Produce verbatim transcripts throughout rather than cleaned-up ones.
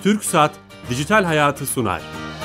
TürkSat Dijital Hayatı sunar.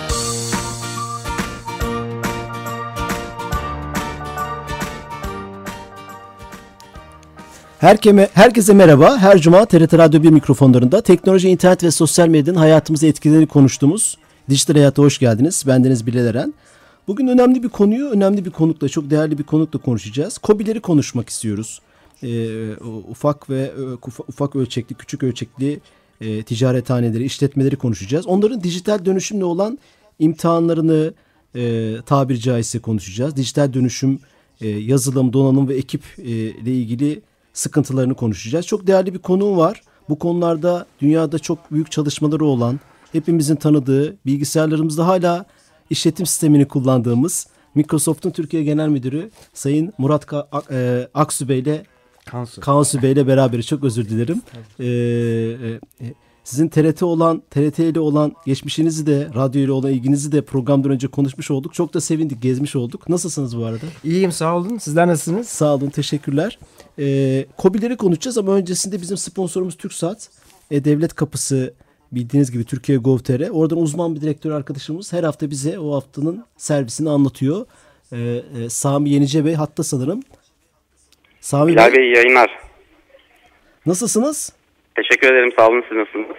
Herkeme, herkese merhaba. Her cuma T R T Radyo bir mikrofonlarında teknoloji, internet ve sosyal medyanın hayatımıza etkilerini konuştuğumuz Dijital Hayat'a hoş geldiniz. Bendeniz Bilal Eren. Bugün önemli bir konuyu, önemli bir konukla, çok değerli bir konukla konuşacağız. KOBİ'leri konuşmak istiyoruz. Ee, ufak ve ufak ölçekli, küçük ölçekli e, ticarethaneleri, işletmeleri konuşacağız. Onların dijital dönüşümle olan imtihanlarını e, tabiri caizse konuşacağız. Dijital dönüşüm, e, yazılım, donanım ve ekip e, ile ilgili sıkıntılarını konuşacağız. Çok değerli bir konuğum var. Bu konularda dünyada çok büyük çalışmaları olan, hepimizin tanıdığı, bilgisayarlarımızda hala işletim sistemini kullandığımız Microsoft'un Türkiye Genel Müdürü Sayın Murat Aksu Bey ile Kansu. Kansu Bey ile beraber, çok özür dilerim. Ee, e, sizin T R T olan, T R T ile olan geçmişinizi de, radyo ile olan ilginizi de programdan önce konuşmuş olduk. Çok da sevindik, gezmiş olduk. Nasılsınız bu arada? İyiyim, sağ olun. Sizler nasılsınız? Sağ olun, teşekkürler. Ee, KOBİ'leri konuşacağız ama öncesinde bizim sponsorumuz TürkSat, e, Devlet Kapısı, bildiğiniz gibi Türkiye nokta gov nokta tr. Oradan uzman bir direktör arkadaşımız her hafta bize o haftanın servisini anlatıyor. Ee, e, Sami Yenice Bey hatta sanırım. Sami Bilal Bey, Bey yayınlar. Nasılsınız? Teşekkür ederim, sağ olun. Siz nasılsınız?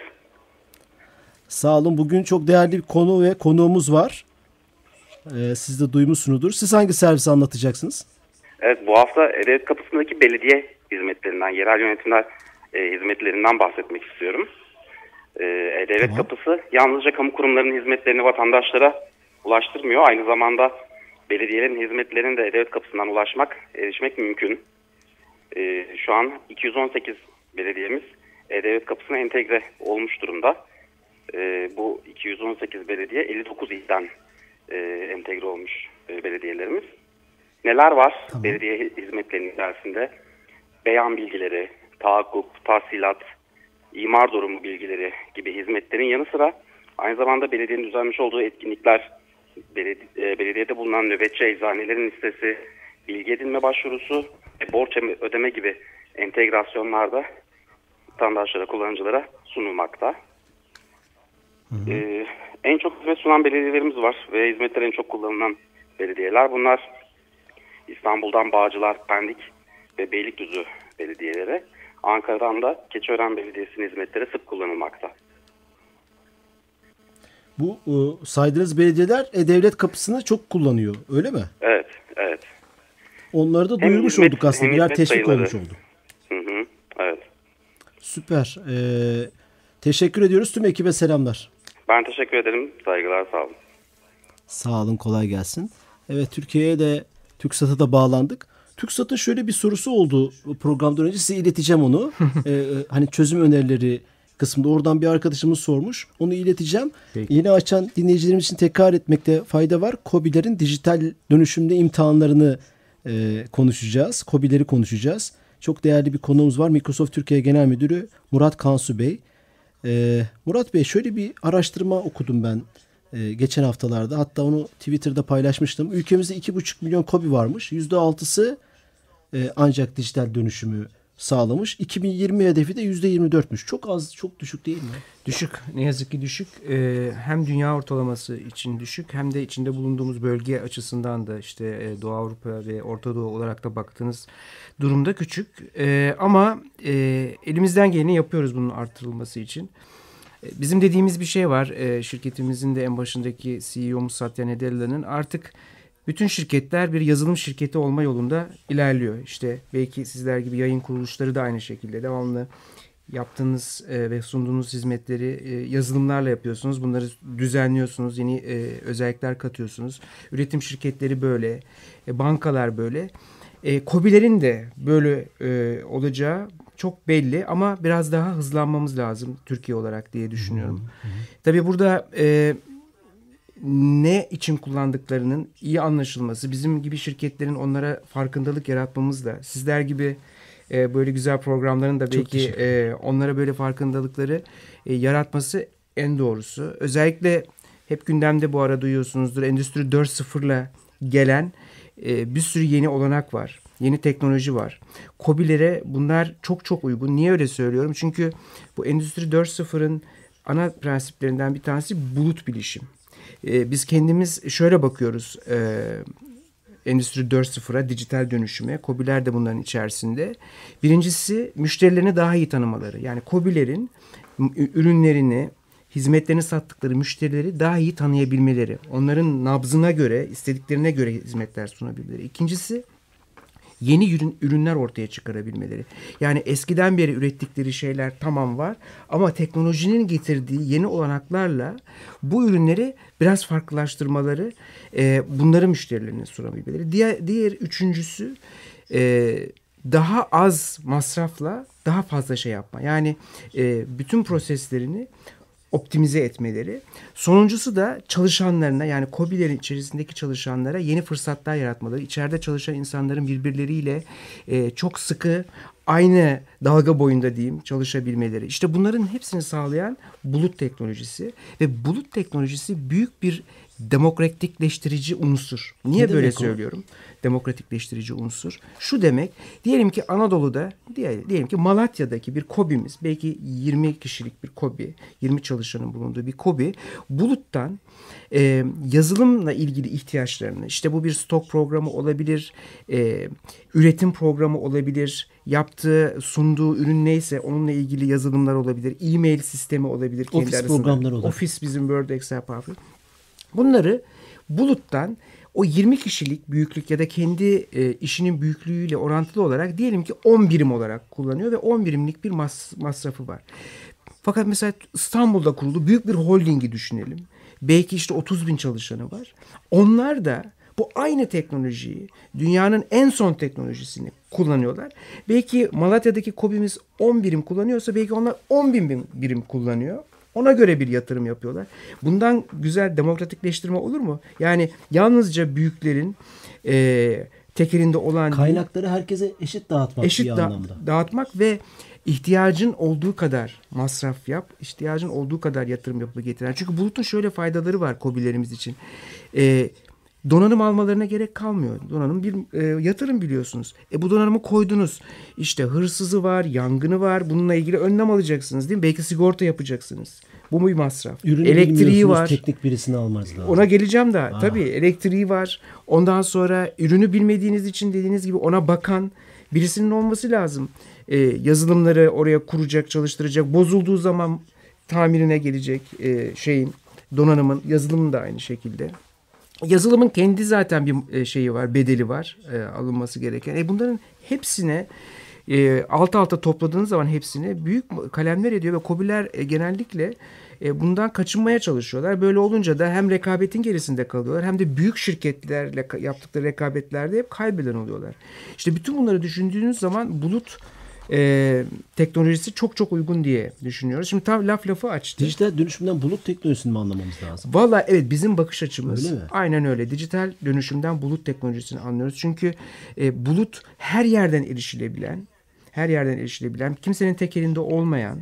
Sağ olun. Bugün çok değerli bir konu ve konuğumuz var. Ee, siz de duymuşsunuzdur. Siz hangi servisi anlatacaksınız? Evet, bu hafta E-Devlet Kapısı'ndaki belediye hizmetlerinden, yerel yönetimler e, hizmetlerinden bahsetmek istiyorum. E, E-Devlet tamam. Kapısı yalnızca kamu kurumlarının hizmetlerini vatandaşlara ulaştırmıyor. Aynı zamanda belediyelerin hizmetlerine de E-Devlet Kapısı'ndan ulaşmak, erişmek mümkün. E, şu an iki yüz on sekiz belediyemiz E-Devlet Kapısı'na entegre olmuş durumda. E, bu iki yüz on sekiz belediye elli dokuz ilden e, entegre olmuş e, belediyelerimiz. Neler var tamam. belediye hizmetlerinin içerisinde? Beyan bilgileri, tahakkuk, tahsilat, imar durumu bilgileri gibi hizmetlerin yanı sıra aynı zamanda belediyenin düzenlemiş olduğu etkinlikler, beledi- belediyede bulunan nöbetçi eczanelerin listesi, bilgi edinme başvurusu ve borç ödeme gibi entegrasyonlarda vatandaşlara, kullanıcılara sunulmakta. Hı hı. Ee, en çok hizmet sunan belediyelerimiz var ve hizmetler en çok kullanılan belediyeler. Bunlar İstanbul'dan Bağcılar, Pendik ve Beylikdüzü belediyeleri. Ankara'dan da Keçiören Belediyesi'nin hizmetleri sık kullanılmakta. Bu e, saydığınız belediyeler E-Devlet Kapısı'nı çok kullanıyor, öyle mi? Evet, evet. Onları da duyurmuş hizmet, olduk aslında. Birer teşvik sayıları. Olmuş oldu. Hı hı, evet. Süper. Ee, teşekkür ediyoruz. Tüm ekibe selamlar. Ben teşekkür ederim. Saygılar, sağ olun. Sağ olun, kolay gelsin. Evet, Türkiye'ye de, TürkSat'a da bağlandık. TürkSat'ın şöyle bir sorusu oldu programdan önce. Size ileteceğim onu. ee, hani çözüm önerileri kısmında oradan bir arkadaşımız sormuş. Onu ileteceğim. Peki. Yeni açan dinleyicilerimiz için tekrar etmekte fayda var. KOBİ'lerin dijital dönüşümde imtihanlarını e, konuşacağız. KOBİ'leri konuşacağız. Çok değerli bir konuğumuz var. Microsoft Türkiye Genel Müdürü Murat Kansu Bey. Ee, Murat Bey, şöyle bir araştırma okudum ben e, geçen haftalarda. Hatta onu Twitter'da paylaşmıştım. Ülkemizde iki buçuk milyon KOBİ varmış. yüzde altısı e, ancak dijital dönüşümü sağlamış. iki bin yirmi hedefi de yüzde yirmi dörtmüş. Çok az, çok düşük değil mi? Düşük. Ne yazık ki düşük. Ee, hem dünya ortalaması için düşük, hem de içinde bulunduğumuz bölge açısından da işte e, Doğu Avrupa ve Orta Doğu olarak da baktığınız durumda küçük. Ee, ama e, elimizden geleni yapıyoruz bunun artırılması için. E, bizim dediğimiz bir şey var. E, şirketimizin de en başındaki C E O'muz Satya Nadella'nın artık bütün şirketler bir yazılım şirketi olma yolunda ilerliyor. İşte belki sizler gibi yayın kuruluşları da aynı şekilde devamlı yaptığınız e, ve sunduğunuz hizmetleri e, yazılımlarla yapıyorsunuz. Bunları düzenliyorsunuz, yeni e, özellikler katıyorsunuz. Üretim şirketleri böyle, e, bankalar böyle. E, KOBİ'lerin de böyle e, olacağı çok belli ama biraz daha hızlanmamız lazım Türkiye olarak diye düşünüyorum. Hı hı. Tabii burada e, ne için kullandıklarının iyi anlaşılması, bizim gibi şirketlerin onlara farkındalık yaratmamızla, sizler gibi e, böyle güzel programların da belki e, onlara böyle farkındalıkları e, yaratması en doğrusu. Özellikle hep gündemde bu ara duyuyorsunuzdur, Endüstri dört nokta sıfırla gelen e, bir sürü yeni olanak var. Yeni teknoloji var. KOBİ'lere bunlar çok çok uygun. Niye öyle söylüyorum? Çünkü bu Endüstri dört nokta sıfırın ana prensiplerinden bir tanesi bulut bilişim. E, biz kendimiz şöyle bakıyoruz e, Endüstri dört nokta sıfıra, dijital dönüşüme. KOBİ'ler de bunların içerisinde. Birincisi müşterilerini daha iyi tanımaları. Yani KOBİ'lerin ürünlerini, hizmetlerini sattıkları müşterileri daha iyi tanıyabilmeleri. Onların nabzına göre, istediklerine göre hizmetler sunabilmeleri. İkincisi yeni ürün, ürünler ortaya çıkarabilmeleri. Yani eskiden beri ürettikleri şeyler tamam var ama teknolojinin getirdiği yeni olanaklarla bu ürünleri biraz farklılaştırmaları, e, bunları müşterilerine sunabilmeleri. Diğer, diğer üçüncüsü e, daha az masrafla daha fazla şey yapma. Yani e, bütün proseslerini optimize etmeleri. Sonuncusu da çalışanlarına, yani KOBİ'lerin içerisindeki çalışanlara yeni fırsatlar yaratmaları. İçeride çalışan insanların birbirleriyle e, çok sıkı, aynı dalga boyunda diyeyim çalışabilmeleri. İşte bunların hepsini sağlayan bulut teknolojisi ve bulut teknolojisi büyük bir demokratikleştirici unsur. Niye Ne böyle demek o? söylüyorum? Demokratikleştirici unsur. Şu demek, diyelim ki Anadolu'da, diyelim, diyelim ki Malatya'daki bir KOBİ'miz, belki yirmi kişilik bir KOBİ, yirmi çalışanın bulunduğu bir KOBİ, buluttan e, yazılımla ilgili ihtiyaçlarını, işte bu bir stok programı olabilir, e, üretim programı olabilir, yaptığı, sunduğu ürün neyse onunla ilgili yazılımlar olabilir, e-mail sistemi olabilir. Kendi Ofis arasında. programları olabilir. Ofis, bizim Word, Excel, PowerPoint. Bunları buluttan o yirmi kişilik büyüklük ya da kendi e, işinin büyüklüğüyle orantılı olarak diyelim ki on birim olarak kullanıyor ve on birimlik bir mas masrafı var. Fakat mesela İstanbul'da kuruldu büyük bir holdingi düşünelim. Belki işte otuz bin çalışanı var. Onlar da bu aynı teknolojiyi, dünyanın en son teknolojisini kullanıyorlar. Belki Malatya'daki KOBİ'miz on birim kullanıyorsa belki onlar on bin birim kullanıyor. Ona göre bir yatırım yapıyorlar. Bundan güzel demokratikleştirme olur mu? Yani yalnızca büyüklerin e, tekelinde olan kaynakları herkese eşit dağıtmak eşit bir da anlamda. dağıtmak ve ihtiyacın olduğu kadar masraf yap, ihtiyacın olduğu kadar yatırım yapıp getiren. Çünkü bulutun şöyle faydaları var KOBİ'lerimiz için. E, donanım almalarına gerek kalmıyor. Donanım bir e, yatırım biliyorsunuz. E bu donanımı koydunuz. İşte hırsızı var, yangını var. Bununla ilgili önlem alacaksınız değil mi? Belki sigorta yapacaksınız. Bu mu bir masraf? Ürünü Elektriği var. Teknik birisini almanız lazım. Ona geleceğim de. Aa. Tabii elektriği var. Ondan sonra ürünü bilmediğiniz için dediğiniz gibi ona bakan birisinin olması lazım. E, yazılımları oraya kuracak, çalıştıracak. Bozulduğu zaman tamirine gelecek e, şeyin, donanımın, yazılımın da aynı şekilde. Yazılımın kendi zaten bir şeyi var, bedeli var e, alınması gereken. E bunların hepsine e, alt alta topladığınız zaman hepsini büyük kalemler ediyor ve KOBİ'ler e, genellikle e, bundan kaçınmaya çalışıyorlar. Böyle olunca da hem rekabetin gerisinde kalıyorlar hem de büyük şirketlerle yaptıkları rekabetlerde hep kaybeden oluyorlar. İşte bütün bunları düşündüğünüz zaman bulut e, teknolojisi çok çok uygun diye düşünüyoruz. Şimdi tam laf lafı açtı. Dijital dönüşümden bulut teknolojisini mi anlamamız lazım? Valla evet, bizim bakış açımız öyle mi? Aynen öyle. Dijital dönüşümden bulut teknolojisini anlıyoruz. Çünkü e, bulut her yerden erişilebilen, her yerden erişilebilen, kimsenin tek elinde olmayan,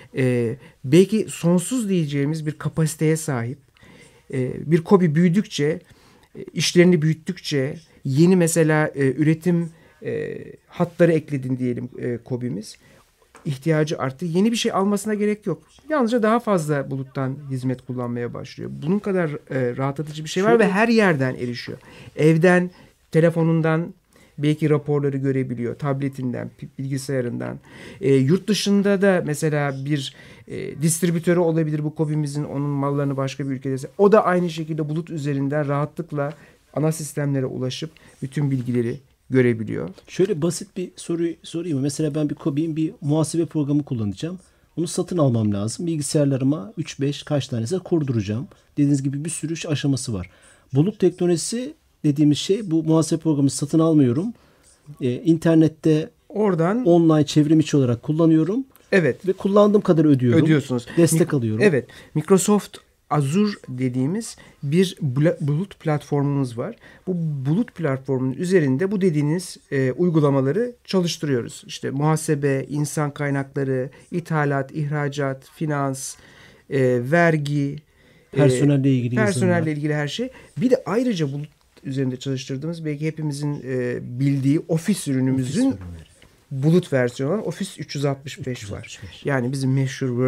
e, belki sonsuz diyeceğimiz bir kapasiteye sahip. E, bir KOBİ büyüdükçe, e, işlerini büyüttükçe, yeni mesela e, üretim e, hatları ekledin diyelim e, KOBİ'miz. İhtiyacı arttı. Yeni bir şey almasına gerek yok. Yalnızca daha fazla buluttan hizmet kullanmaya başlıyor. Bunun kadar e, rahatlatıcı bir şey var Şöyle, ve her yerden erişiyor. Evden, telefonundan belki raporları görebiliyor. Tabletinden, bilgisayarından. E, yurt dışında da mesela bir e, distribütörü olabilir bu KOBİ'mizin, onun mallarını başka bir ülkede. O da aynı şekilde bulut üzerinden rahatlıkla ana sistemlere ulaşıp bütün bilgileri görebiliyor. Şöyle basit bir soru sorayım mı? Mesela ben bir KOBİ'nin bir muhasebe programı kullanacağım. Onu satın almam lazım. Bilgisayarlarıma üç beş kaç tanesi kurduracağım. Dediğiniz gibi bir sürü aşaması var. Bulut teknolojisi dediğimiz şey, bu muhasebe programı satın almıyorum. Ee, internette Oradan online çevrim içi olarak kullanıyorum. evet. Ve kullandığım kadar ödüyorum. Ödüyorsunuz. Destek Mik- alıyorum. Evet. Microsoft Azure dediğimiz bir bulut platformumuz var. Bu bulut platformunun üzerinde bu dediğiniz e, uygulamaları çalıştırıyoruz. İşte muhasebe, insan kaynakları, ithalat, ihracat, finans, e, vergi, Personelle ilgili e, personelle yazılımlar. ilgili her şey. Bir de ayrıca bulut üzerinde çalıştırdığımız, belki hepimizin e, bildiği ofis ürünümüzün Ofis ürünleri. bulut versiyonu olan Office üç yüz altmış beş var. Yani bizim meşhur Word,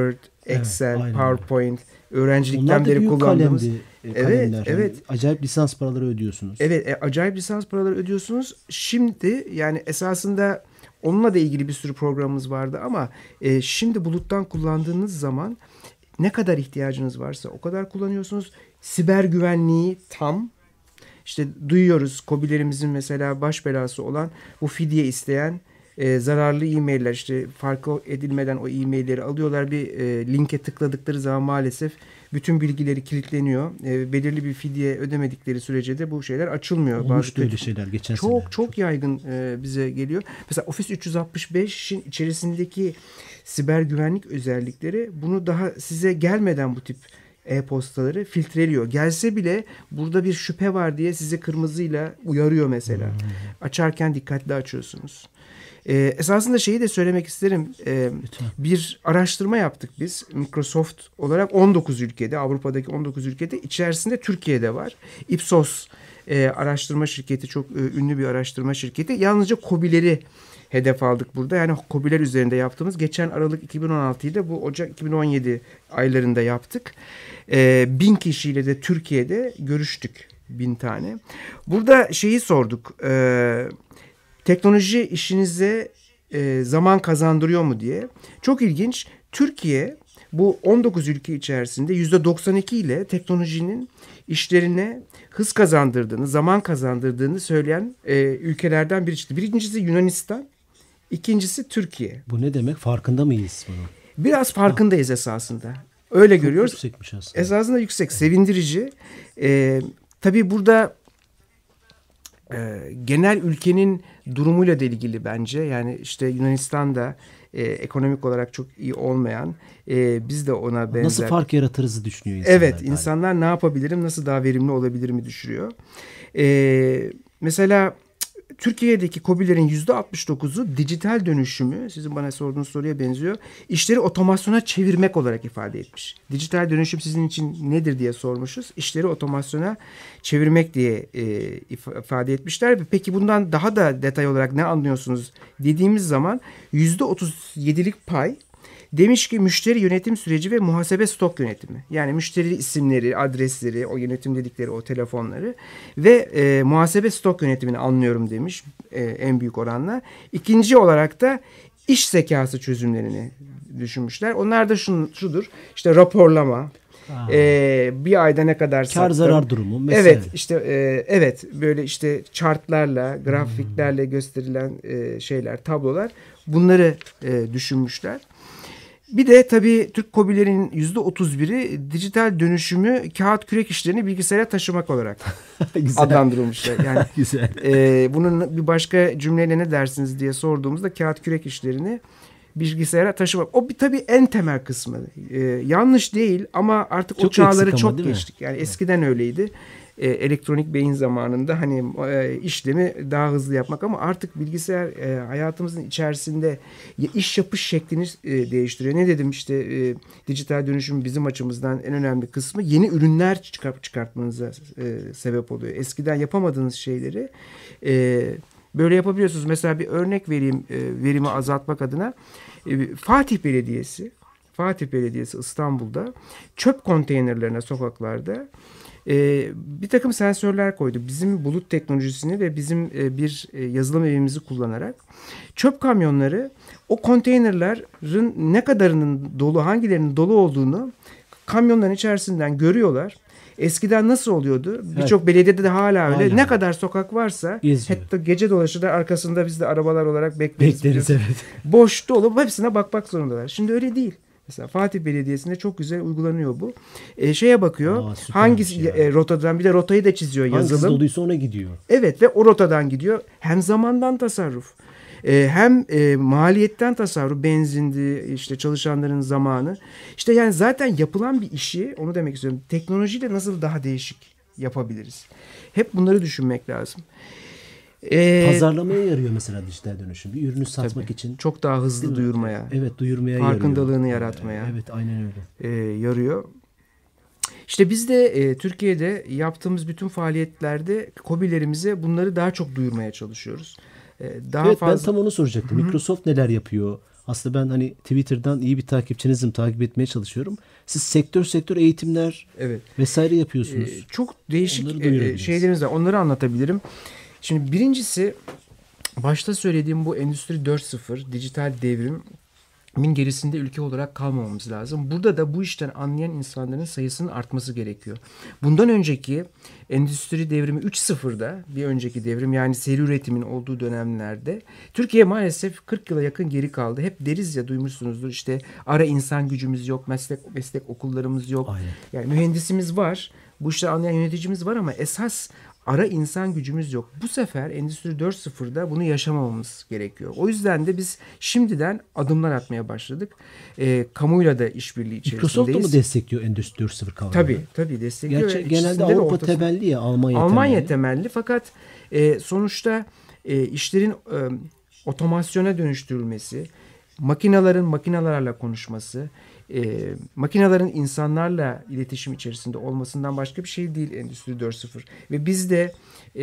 Excel, evet, PowerPoint, öğrencilikten beri kullandığımız. Kalemdi, evet, yani evet. Acayip lisans paraları ödüyorsunuz. Evet, e, acayip lisans paraları ödüyorsunuz. Şimdi yani esasında onunla da ilgili bir sürü programımız vardı ama e, şimdi buluttan kullandığınız zaman ne kadar ihtiyacınız varsa o kadar kullanıyorsunuz. Siber güvenliği tam. İşte duyuyoruz KOBİ'lerimizin mesela baş belası olan bu fidye isteyen e, zararlı e-mailler, işte fark edilmeden o e-mailleri alıyorlar, bir e, linke tıkladıkları zaman maalesef bütün bilgileri kilitleniyor. E, belirli bir fidye ödemedikleri sürece de bu şeyler açılmıyor. Olmuştu öyle şeyler geçen çok, sene. Çok çok yaygın e, bize geliyor. Mesela Office üç yüz altmış beşin içerisindeki siber güvenlik özellikleri bunu daha size gelmeden bu tip e-postaları filtreliyor. Gelse bile burada bir şüphe var diye size kırmızıyla uyarıyor mesela. Hmm. Açarken dikkatli açıyorsunuz. Ee, esasında şeyi de söylemek isterim. Ee, bir araştırma yaptık biz. Microsoft olarak on dokuz ülkede, Avrupa'daki on dokuz ülkede, içerisinde Türkiye'de var. Ipsos e, araştırma şirketi, çok e, ünlü bir araştırma şirketi. Yalnızca KOBİ'leri hedef aldık burada. Yani KOBİ'ler üzerinde yaptığımız, geçen Aralık iki bin on altıyı da bu Ocak iki bin on yedi aylarında yaptık. Ee, bin kişiyle de Türkiye'de görüştük. Bin tane. Burada şeyi sorduk. Ee, teknoloji işinize e, zaman kazandırıyor mu diye. Çok ilginç. Türkiye bu on dokuz ülke içerisinde yüzde doksan iki ile teknolojinin işlerine hız kazandırdığını, zaman kazandırdığını söyleyen e, ülkelerden birisi. Birincisi Yunanistan, ikincisi Türkiye. Bu ne demek? Farkında mıyız bunun? Biraz farkındayız esasında. Öyle çok görüyoruz. Yüksekmiş aslında. Esasında yüksek, sevindirici. Ee, tabii burada e, genel ülkenin durumuyla da ilgili bence. Yani işte Yunanistan'da e, ekonomik olarak çok iyi olmayan, e, biz de ona benzer. Nasıl fark yaratırızı düşünüyor insanlar. Evet, galiba. insanlar ne yapabilirim, nasıl daha verimli olabilirimi düşünüyor. E, mesela Türkiye'deki KOBİ'lerin yüzde altmış dokuzu dijital dönüşümü, sizin bana sorduğunuz soruya benziyor, İşleri otomasyona çevirmek olarak ifade etmiş. Dijital dönüşüm sizin için nedir diye sormuşuz. İşleri otomasyona çevirmek diye e, ifade etmişler. Peki bundan daha da detay olarak ne anlıyorsunuz dediğimiz zaman yüzde otuz yedilik pay demiş ki müşteri yönetim süreci ve muhasebe stok yönetimi. Yani müşteri isimleri, adresleri, o yönetim dedikleri o telefonları ve e, muhasebe stok yönetimini anlıyorum demiş e, en büyük oranla. İkinci olarak da iş zekası çözümlerini düşünmüşler. Onlar da şun, şudur, işte raporlama, Ee, bir ayda ne kadar sattım. Kar zarar durumu mesela. Evet işte e, evet böyle işte chartlarla, grafiklerle hmm. gösterilen e, şeyler, tablolar, bunları e, düşünmüşler. Bir de tabii Türk KOBİ'lerin yüzde otuz biri dijital dönüşümü kağıt kürek işlerini bilgisayara taşımak olarak adlandırılmışlar. Yani Güzel. E, bunun bir başka cümleyle ne dersiniz diye sorduğumuzda kağıt kürek işlerini bilgisayara taşımak. O bir tabii en temel kısmı. E, yanlış değil ama artık çok o çağları çok geçtik. Yani eskiden öyleydi. E, elektronik beyin zamanında hani e, işlemi daha hızlı yapmak, ama artık bilgisayar e, hayatımızın içerisinde iş yapış şeklini e, değiştiriyor. Ne dedim işte e, dijital dönüşüm bizim açımızdan en önemli kısmı yeni ürünler çıkart, çıkartmanıza e, sebep oluyor. Eskiden yapamadığınız şeyleri e, böyle yapabiliyorsunuz. Mesela bir örnek vereyim e, verimi azaltmak adına. E, Fatih Belediyesi, Fatih Belediyesi İstanbul'da çöp konteynerlerine sokaklarda Ee, bir takım sensörler koydu. Bizim bulut teknolojisini ve bizim e, bir e, yazılım evimizi kullanarak çöp kamyonları o konteynerlerin ne kadarının dolu, hangilerinin dolu olduğunu kamyonların içerisinden görüyorlar. Eskiden nasıl oluyordu? Evet. Birçok belediyede de hala öyle. Hala. Ne kadar sokak varsa hatta gece dolaşırlar, arkasında biz de arabalar olarak bekleriz. Bekleriz evet. Boş dolu, hepsine bakmak zorundalar. Şimdi öyle değil. Mesela Fatih Belediyesi'nde çok güzel uygulanıyor bu. E, şeye bakıyor. Aa, hangisi e, rotadan, bir de rotayı da çiziyor yazılım. Hangisi doluysa ona gidiyor. Evet ve o rotadan gidiyor. Hem zamandan tasarruf. E, hem e, maliyetten tasarruf, benzindi, işte çalışanların zamanı. İşte yani zaten yapılan bir işi, onu demek istiyorum, teknolojiyle nasıl daha değişik yapabiliriz? Hep bunları düşünmek lazım. Ee, Pazarlamaya yarıyor mesela dijital dönüşüm. Bir ürünü satmak tabii, için. Çok daha hızlı duyurmaya. Evet, duyurmaya farkındalığını yarıyor. yaratmaya. Evet, aynen öyle. E, yarıyor. İşte biz de e, Türkiye'de yaptığımız bütün faaliyetlerde KOBİ'lerimize bunları daha çok duyurmaya çalışıyoruz. E, daha evet, fazla... ben tam onu soracaktım. Hı-hı. Microsoft neler yapıyor? Aslında ben hani Twitter'dan iyi bir takipçinizim, takip etmeye çalışıyorum. Siz sektör sektör eğitimler evet. vesaire yapıyorsunuz. Ee, çok değişik e, şeylerimiz var. Onları anlatabilirim. Şimdi birincisi başta söylediğim bu Endüstri dört nokta sıfır, dijital devrim min gerisinde ülke olarak kalmamamız lazım. Burada da bu işten anlayan insanların sayısının artması gerekiyor. Bundan önceki Endüstri Devrimi üç nokta sıfırda bir önceki devrim yani seri üretimin olduğu dönemlerde Türkiye maalesef kırk yıla yakın geri kaldı. Hep deriz ya duymuşsunuzdur işte ara insan gücümüz yok, meslek meslek okullarımız yok. Aynen. Yani mühendisimiz var, bu işleri anlayan yöneticimiz var ama esas ara insan gücümüz yok. Bu sefer Endüstri dört nokta sıfırda bunu yaşamamamız gerekiyor. O yüzden de biz şimdiden adımlar atmaya başladık. E, kamuyla da işbirliği içerisindeyiz. Microsoft da mı destekliyor Endüstri dört nokta sıfır kavramını? Tabii, tabii destekliyor. Gerçi genelde Avrupa ortası, temelli ya, Almanya, Almanya temelli. temelli. Fakat e, sonuçta e, işlerin e, otomasyona dönüştürülmesi, makinaların makinalarla konuşması, E, makinelerin insanlarla iletişim içerisinde olmasından başka bir şey değil Endüstri dört nokta sıfır. Ve biz de e,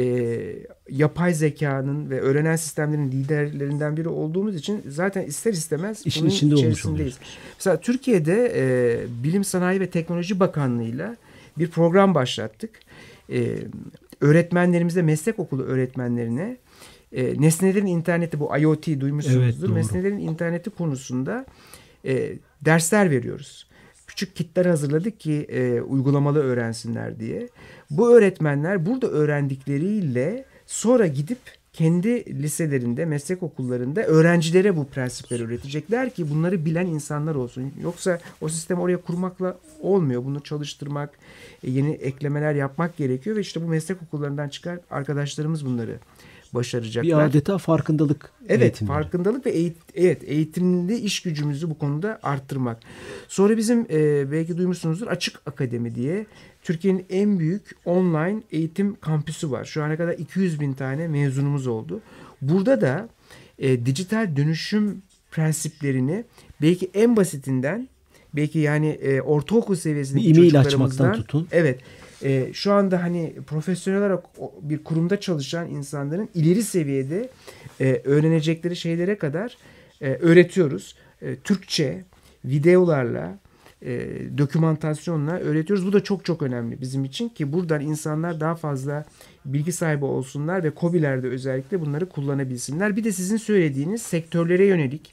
yapay zekanın ve öğrenen sistemlerin liderlerinden biri olduğumuz için zaten ister istemez İşin bunun içinde içerisindeyiz. Mesela Türkiye'de e, Bilim Sanayi ve Teknoloji Bakanlığı'yla bir program başlattık. E, öğretmenlerimize, meslek okulu öğretmenlerine e, nesnelerin interneti, bu I O T duymuşsunuzdur. Evet, nesnelerin interneti konusunda E, dersler veriyoruz. Küçük kitler hazırladık ki e, uygulamalı öğrensinler diye. Bu öğretmenler burada öğrendikleriyle sonra gidip kendi liselerinde, meslek okullarında öğrencilere bu prensipleri öğretecekler ki bunları bilen insanlar olsun. Yoksa o sistemi oraya kurmakla olmuyor. Bunu çalıştırmak, e, yeni eklemeler yapmak gerekiyor ve işte bu meslek okullarından çıkan arkadaşlarımız bunları başaracaklar. Bir adeta farkındalık evet, eğitimleri. farkındalık ve eğit evet, eğitimde iş gücümüzü bu konuda arttırmak. Sonra bizim e, belki duymuşsunuzdur Açık Akademi diye Türkiye'nin en büyük online eğitim kampüsü var. Şu ana kadar iki yüz bin tane mezunumuz oldu. Burada da e, dijital dönüşüm prensiplerini belki en basitinden belki yani e, ortaokul seviyesindeki çocuklarımızdan tutun. Evet. E, şu anda hani profesyonel olarak bir kurumda çalışan insanların ileri seviyede e, öğrenecekleri şeylere kadar e, öğretiyoruz. E, Türkçe, videolarla, e, dokümantasyonla öğretiyoruz. Bu da çok çok önemli bizim için ki buradan insanlar daha fazla bilgi sahibi olsunlar ve KOBİ'lerde özellikle bunları kullanabilsinler. Bir de sizin söylediğiniz sektörlere yönelik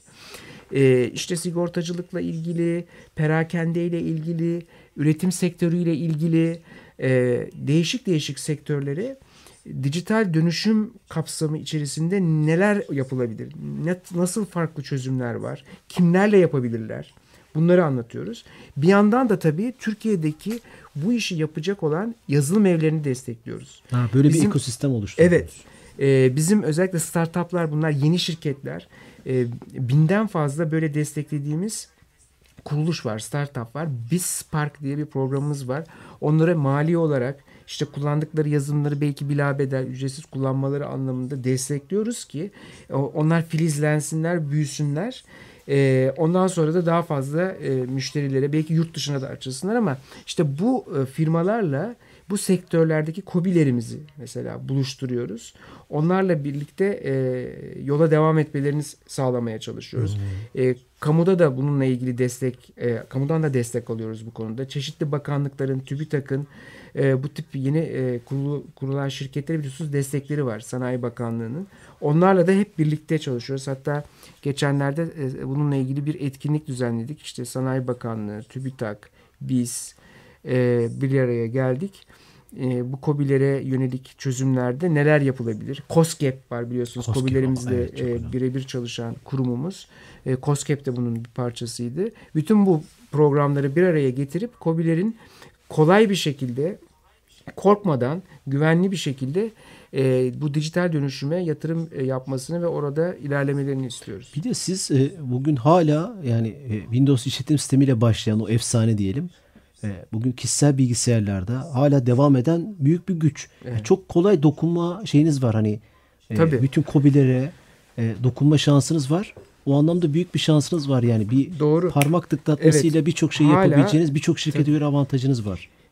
e, işte sigortacılıkla ilgili, perakendeyle ilgili, üretim sektörüyle ilgili e, değişik değişik sektörlere dijital dönüşüm kapsamı içerisinde neler yapılabilir? Ne, nasıl farklı çözümler var? Kimlerle yapabilirler? Bunları anlatıyoruz. Bir yandan da tabii Türkiye'deki bu işi yapacak olan yazılım evlerini destekliyoruz. Ha, böyle bizim, bir ekosistem oluşturuyoruz. Evet. E, bizim özellikle startuplar, bunlar yeni şirketler. E, binden fazla böyle desteklediğimiz kuruluş var, startup var. BizSpark diye bir programımız var. Onlara mali olarak işte kullandıkları yazılımları belki bilabedel ücretsiz kullanmaları anlamında destekliyoruz ki onlar filizlensinler, büyüsünler. Ee, ondan sonra da daha fazla e, müşterilere belki yurt dışına da açılsınlar ama işte bu e, firmalarla bu sektörlerdeki KOBİ'lerimizi mesela buluşturuyoruz. Onlarla birlikte e, yola devam etmelerini sağlamaya çalışıyoruz. Hmm. E, kamuda da bununla ilgili destek, e, kamudan da destek alıyoruz bu konuda. Çeşitli bakanlıkların, TÜBİTAK'ın e, bu tip yeni e, kurulu, kurulan şirketlere biliyorsunuz destekleri var Sanayi Bakanlığı'nın. Onlarla da hep birlikte çalışıyoruz. Hatta geçenlerde e, bununla ilgili bir etkinlik düzenledik. İşte Sanayi Bakanlığı, TÜBİTAK, biz e, bir araya geldik. E, bu KOBİ'lere yönelik çözümlerde neler yapılabilir? KOSGEB var biliyorsunuz. KOSGEB, KOBİ'lerimizle evet, e, birebir çalışan kurumumuz. E, KOSGEB de bunun bir parçasıydı. Bütün bu programları bir araya getirip KOBİ'lerin kolay bir şekilde, korkmadan, güvenli bir şekilde e, bu dijital dönüşüme yatırım e, yapmasını ve orada ilerlemelerini istiyoruz. Bir de siz e, bugün hala yani e, Windows işletim sistemiyle başlayan o efsane diyelim. Bugün kişisel bilgisayarlarda hala devam eden büyük bir güç. Evet. Çok kolay dokunma şeyiniz var. Hani Tabii. bütün KOBİ'lere dokunma şansınız var. O anlamda büyük bir şansınız var. Yani bir Doğru. parmak tıklatmasıyla evet. birçok şey yapabileceğiniz, birçok şirkete göre avantajınız var.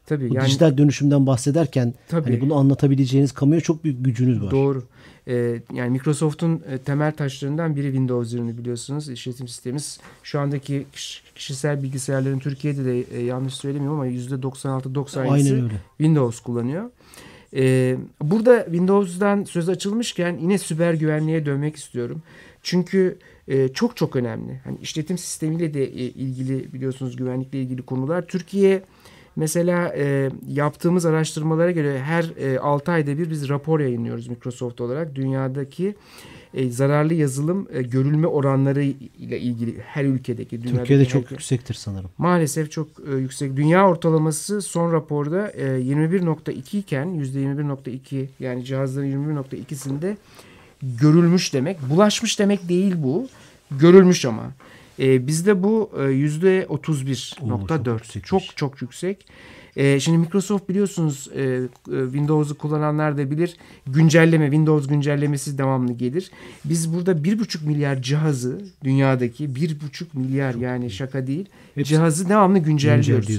Tabii, Bu yani, dijital dönüşümden bahsederken tabii. hani bunu anlatabileceğiniz kamuya çok büyük gücünüz var. Doğru. Ee, yani Microsoft'un e, temel taşlarından biri Windows ürünü biliyorsunuz. İşletim sistemimiz şu andaki kişisel bilgisayarların Türkiye'de de e, yanlış söylemiyorum ama yüzde doksan altı doksan yedi Windows kullanıyor. Ee, burada Windows'dan söz açılmışken yine siber güvenliğe dönmek istiyorum. Çünkü e, çok çok önemli. Hani işletim sistemiyle de e, ilgili biliyorsunuz güvenlikle ilgili konular. Türkiye mesela e, yaptığımız araştırmalara göre her e, altı ayda bir biz rapor yayınlıyoruz Microsoft olarak. Dünyadaki e, zararlı yazılım e, görülme oranları ile ilgili her ülkedeki. Türkiye'de çok ülke, yüksektir sanırım. Maalesef çok e, yüksek. Dünya ortalaması son raporda e, yirmi bir nokta iki iken yüzde yirmi bir nokta iki yani cihazların yirmi bir nokta ikisinde görülmüş demek. Bulaşmış demek değil bu. Görülmüş ama. Ee, bizde bu yüzde otuz bir nokta dört. Çok, çok çok yüksek. Ee, şimdi Microsoft biliyorsunuz e, Windows'u kullananlar da bilir. Güncelleme, Windows güncellemesi devamlı gelir. Biz burada bir buçuk milyar cihazı dünyadaki bir buçuk milyar yani şaka değil. Hepsi cihazı devamlı güncelliyoruz.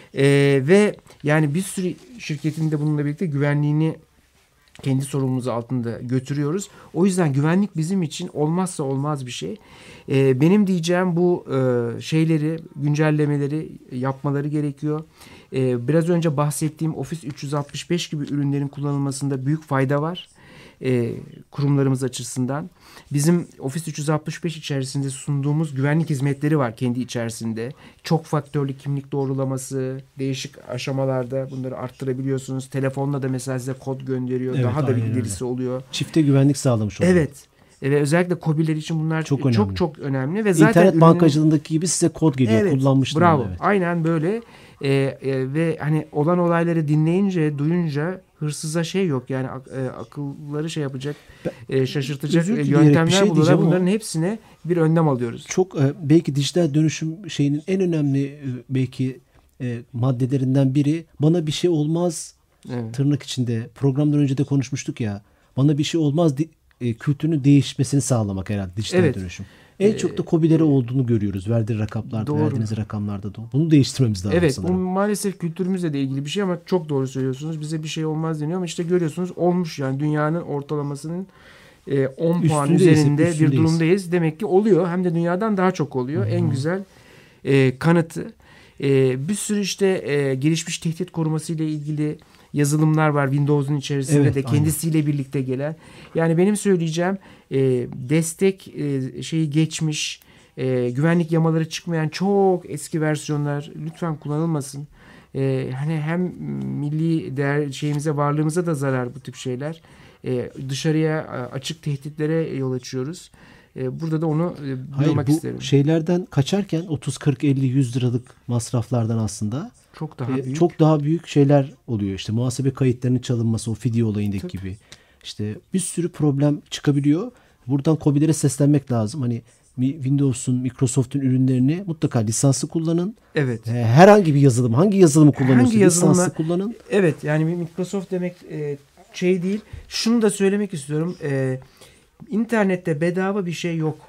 Ee, ve yani bir sürü şirketin de bununla birlikte güvenliğini kendi sorumluluğumuz altında götürüyoruz. O yüzden güvenlik bizim için olmazsa olmaz bir şey. Ee, benim diyeceğim bu e, şeyleri, güncellemeleri yapmaları gerekiyor. Ee, biraz önce bahsettiğim Office üç yüz altmış beş gibi ürünlerin kullanılmasında büyük fayda var. E, kurumlarımız açısından. Bizim Office üç yüz altmış beş içerisinde sunduğumuz güvenlik hizmetleri var kendi içerisinde. Çok faktörlü kimlik doğrulaması, değişik aşamalarda bunları arttırabiliyorsunuz. Telefonla da mesela size kod gönderiyor. Evet, daha da bir ilerisi oluyor. Çifte güvenlik sağlamış oluyor. Evet. Ve özellikle KOBİ'ler için bunlar çok önemli. Çok, çok önemli. Ve zaten İnternet ürünün bankacılığındaki gibi size kod geliyor. Evet, kullanmıştım. Bravo. Evet. Aynen böyle. Ee, e, ve hani olan olayları dinleyince, duyunca hırsıza şey yok. Yani e, akılları şey yapacak, e, şaşırtacak e, yöntemler şey buluyorlar. Bunların hepsine bir önlem alıyoruz. Çok e, belki dijital dönüşüm şeyinin en önemli e, belki e, maddelerinden biri bana bir şey olmaz evet. tırnak içinde programdan önce de konuşmuştuk ya. Bana bir şey olmaz di- e, kültürünün değişmesini sağlamak herhalde dijital evet. dönüşüm. En çok da KOBİ'leri olduğunu görüyoruz. Verdiği rakamlarda, doğru. verdiğiniz rakamlarda da. Bunu değiştirmemiz lazım evet, sanırım. Evet, bu maalesef kültürümüzle de ilgili bir şey ama çok doğru söylüyorsunuz. Bize bir şey olmaz deniyor ama işte görüyorsunuz olmuş yani dünyanın ortalamasının e, on üstündeyiz, puan üzerinde üstündeyiz. Bir durumdayız. Demek ki oluyor. Hem de dünyadan daha çok oluyor. Hı-hı. En güzel e, kanıtı. E, bir sürü işte e, gelişmiş tehdit koruması ile ilgili yazılımlar var Windows'un içerisinde evet, de kendisiyle aynen. birlikte gelen. Yani benim söyleyeceğim e, destek e, şeyi geçmiş, e, güvenlik yamaları çıkmayan çok eski versiyonlar lütfen kullanılmasın. E, hani hem milli değer şeyimize, varlığımıza da zarar bu tip şeyler. E, dışarıya açık tehditlere yol açıyoruz. E, burada da onu e, duyurmak isterim. Hayır bu şeylerden kaçarken otuz kırk elli yüz liralık masraflardan aslında çok daha büyük. Çok daha büyük şeyler oluyor. İşte muhasebe kayıtlarının çalınması o fidye olayındaki Tabii. gibi. İşte bir sürü problem çıkabiliyor. Buradan KOBİ'lere seslenmek lazım. Hani Windows'un, Microsoft'un ürünlerini mutlaka lisanslı kullanın. Evet. Ee, herhangi bir yazılım, hangi yazılımı kullanıyorsunuz? Hangi yazılımla, lisanslı kullanın. Evet, yani Microsoft demek e, şey değil. Şunu da söylemek istiyorum. E, internette bedava bir şey yok.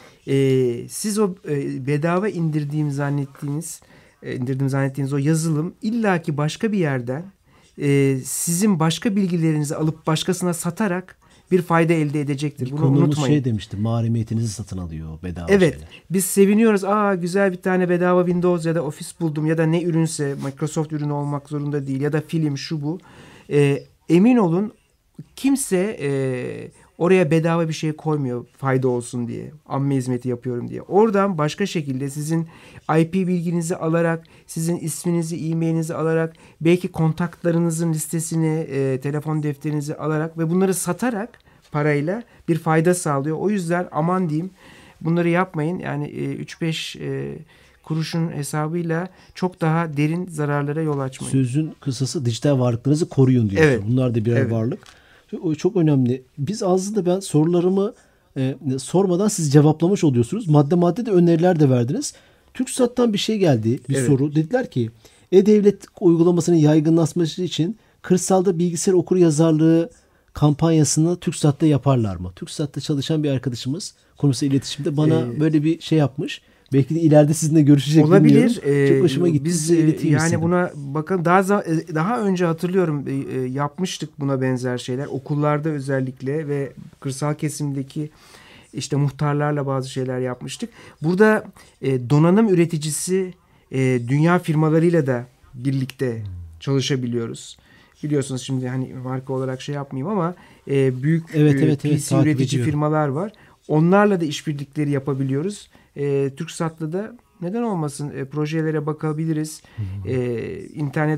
E, siz o e, bedava indirdiğim zannettiğiniz indirdiğim zannettiğiniz o yazılım illaki başka bir yerden e, sizin başka bilgilerinizi alıp başkasına satarak bir fayda elde edecektir. Bunu Konumuz unutmayın. şey demişti, mahremiyetinizi satın alıyor bedava evet, şeyler. Biz seviniyoruz. Aa güzel bir tane bedava Windows ya da Office buldum ya da ne ürünse Microsoft ürünü olmak zorunda değil ya da film şu bu. E, emin olun kimse e, oraya bedava bir şey koymuyor fayda olsun diye. Amme hizmeti yapıyorum diye. Oradan başka şekilde sizin I P bilginizi alarak, sizin isminizi, e-mailinizi alarak, belki kontaklarınızın listesini, e, telefon defterinizi alarak ve bunları satarak parayla bir fayda sağlıyor. O yüzden aman diyeyim bunları yapmayın. Yani e, üç beş e, kuruşun hesabıyla çok daha derin zararlara yol açmayın. Sözün kısası dijital varlıklarınızı koruyun diyorsun. Evet. Bunlar da birer evet. varlık. O çok önemli. Biz aslında ben sorularımı e, sormadan siz cevaplamış oluyorsunuz. Madde madde de öneriler de verdiniz. TürkSat'tan bir şey geldi. Bir evet. soru. Dediler ki E-Devlet uygulamasının yaygınlaşması için kırsalda bilgisayar okuryazarlığı kampanyasını TürkSat'ta yaparlar mı? TürkSat'ta çalışan bir arkadaşımız konusuyla iletişimde bana ee, böyle bir şey yapmış. Belki de ileride sizinle görüşecek, olabilir. Ee, Çok hoşuma gitti. Biz Size ileteyim yani istedim. buna bakın daha daha önce hatırlıyorum e, yapmıştık buna benzer şeyler. Okullarda özellikle ve kırsal kesimdeki işte muhtarlarla bazı şeyler yapmıştık. Burada e, donanım üreticisi e, dünya firmalarıyla da birlikte çalışabiliyoruz. Biliyorsunuz şimdi hani marka olarak şey yapmayayım ama e, büyük evet, e, evet, P C evet, takip üretici ediyorum. firmalar var. Onlarla da işbirlikleri yapabiliyoruz. E, TürkSat'la da neden olmasın e, projelere bakabiliriz. E, internet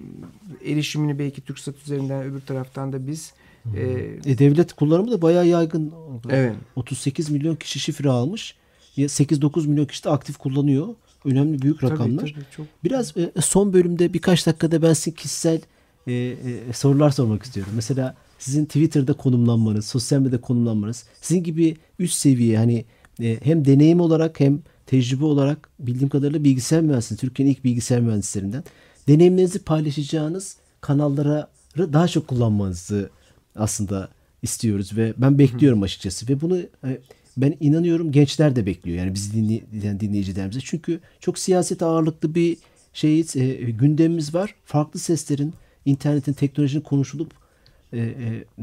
e, erişimini belki TürkSat üzerinden, öbür taraftan da biz. E, E, devlet kullanımı da bayağı yaygın. Evet. otuz sekiz milyon kişi şifre almış. sekiz dokuz milyon kişi de aktif kullanıyor. Önemli, büyük rakamlar. Tabii, tabii, çok... Biraz e, son bölümde birkaç dakikada ben size kişisel e, e, sorular sormak istiyorum. Mesela sizin Twitter'da konumlanmanız, sosyal medyada konumlanmanız, sizin gibi üst seviye hani e, hem deneyim olarak hem tecrübe olarak bildiğim kadarıyla bilgisayar mühendisiniz. Türkiye'nin ilk bilgisayar mühendislerinden. Deneyimlerinizi paylaşacağınız kanalları daha çok kullanmanızı aslında istiyoruz ve ben bekliyorum açıkçası. Ve bunu e, ben inanıyorum gençler de bekliyor. Yani bizi dinleyen dinleyicilerimize. Çünkü çok siyaset ağırlıklı bir şey e, gündemimiz var. Farklı seslerin, internetin, teknolojinin konuşulup e, e,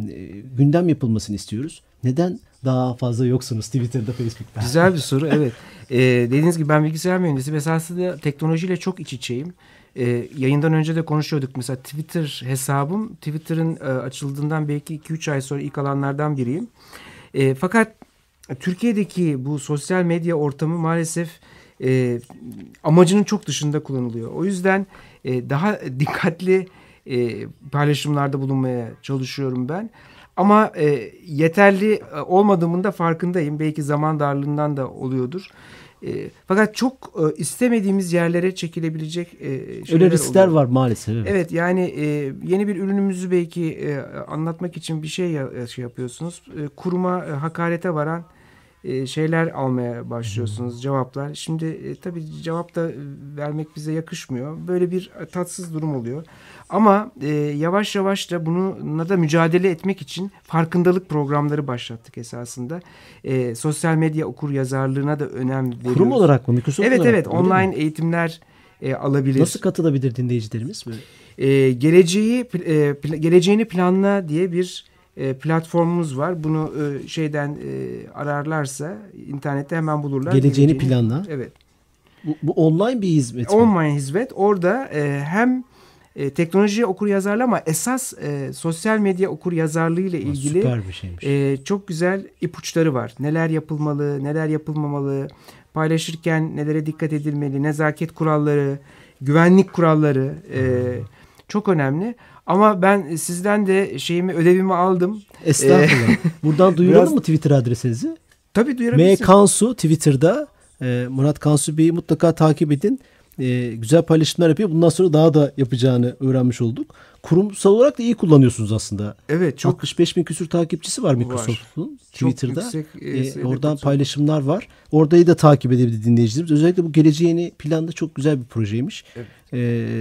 gündem yapılmasını istiyoruz. Neden daha fazla yoksunuz Twitter'da, Facebook'ta? Güzel bir soru, evet. Ee, dediğiniz gibi ben bilgisayar mühendisiyim. Esasında teknolojiyle çok iç içeyim. Ee, yayından önce de konuşuyorduk. Mesela Twitter hesabım, Twitter'ın e, açıldığından belki iki üç ay sonra ilk alanlardan biriyim. E, fakat Türkiye'deki bu sosyal medya ortamı maalesef e, amacının çok dışında kullanılıyor. O yüzden e, daha dikkatli e, paylaşımlarda bulunmaya çalışıyorum ben. Ama e, yeterli olmadığımın da farkındayım. Belki zaman darlığından da oluyordur. E, fakat çok e, istemediğimiz yerlere çekilebilecek e, şeyler öyle riskler oluyor. var maalesef. Evet, evet yani e, yeni bir ürünümüzü belki e, anlatmak için bir şey, ya, şey yapıyorsunuz. E, kuruma e, hakarete varan e, şeyler almaya başlıyorsunuz, hmm. cevaplar. Şimdi e, tabii cevap da vermek bize yakışmıyor. Böyle bir tatsız durum oluyor. Ama e, yavaş yavaş da bununla da mücadele etmek için farkındalık programları başlattık esasında. E, sosyal medya okur yazarlığına da önem veriyoruz. Kurum olarak mı? Microsoft evet olarak evet mı? online eğitimler e, alabilir. Nasıl katılabilir dinleyicilerimiz? Böyle? E, geleceği e, pl- geleceğini planla diye bir e, platformumuz var. Bunu e, şeyden e, ararlarsa internette hemen bulurlar. Geleceğini, geleceğini planla. Evet. Bu, bu online bir hizmet mi? Online hizmet. Orada e, hem E, teknoloji okur yazarlığı ama esas e, sosyal medya okur yazarlığı ile ilgili süper bir şeymiş. E, çok güzel ipuçları var. Neler yapılmalı, neler yapılmamalı, paylaşırken nelere dikkat edilmeli, nezaket kuralları, güvenlik kuralları e, hmm. çok önemli. Ama ben sizden de şeyimi, ödevimi aldım. Estağfurullah. E, Buradan duyuralım Biraz... mı Twitter adresinizi? Tabii duyurabilirsiniz. M Kansu Twitter'da e, Murat Kansu Bey'i mutlaka takip edin. Ee, güzel paylaşımlar yapıyor. Bundan sonra daha da yapacağını öğrenmiş olduk. Kurumsal olarak da iyi kullanıyorsunuz aslında. Evet. Çok altmış beş bin küsur takipçisi var Microsoft'un Twitter'da. Yüksek, ee, oradan paylaşımlar var. Orayı da takip edebilir dinleyicilerimiz. Özellikle bu geleceğini planda çok güzel bir projeymiş. Evet. Ee,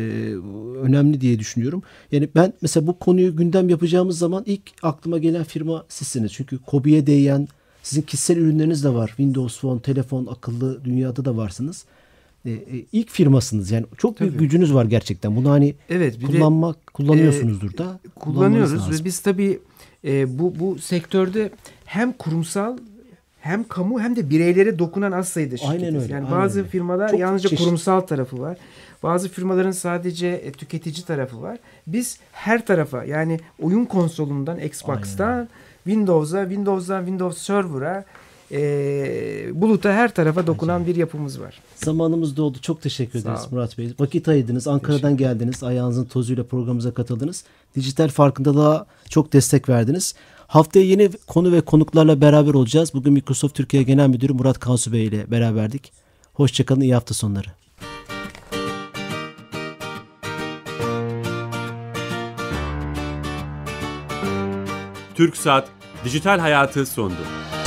önemli diye düşünüyorum. Yani ben mesela bu konuyu gündem yapacağımız zaman ilk aklıma gelen firma sizsiniz. Çünkü KOBİ'ye değen sizin kişisel ürünleriniz de var. Windows Phone, telefon, akıllı dünyada da varsınız. Ee, ilk firmasınız yani çok büyük tabii. gücünüz var gerçekten. Bunu hani evet, kullanmak de, kullanıyorsunuzdur e, da. Kullanıyoruz ve biz tabii e, bu bu sektörde hem kurumsal hem kamu hem de bireylere dokunan az sayıda şirketiz. Aynen öyle. Yani aynen bazı öyle. firmalar çok yalnızca çeşit. kurumsal tarafı var. Bazı firmaların sadece e, tüketici tarafı var. Biz her tarafa yani oyun konsolundan Xbox'tan Windows'a, Windows'dan Windows Server'a E, buluta her tarafa dokunan bir yapımız var. Zamanımız doldu. Çok teşekkür ederiz Murat Bey. Vakit ayırdınız. Ankara'dan geldiniz. Ayağınızın tozuyla programımıza katıldınız. Dijital farkındalığa çok destek verdiniz. Haftaya yeni konu ve konuklarla beraber olacağız. Bugün Microsoft Türkiye Genel Müdürü Murat Kansu Bey ile beraberdik. Hoşçakalın. İyi hafta sonları. TürkSat Dijital Hayatı sondu.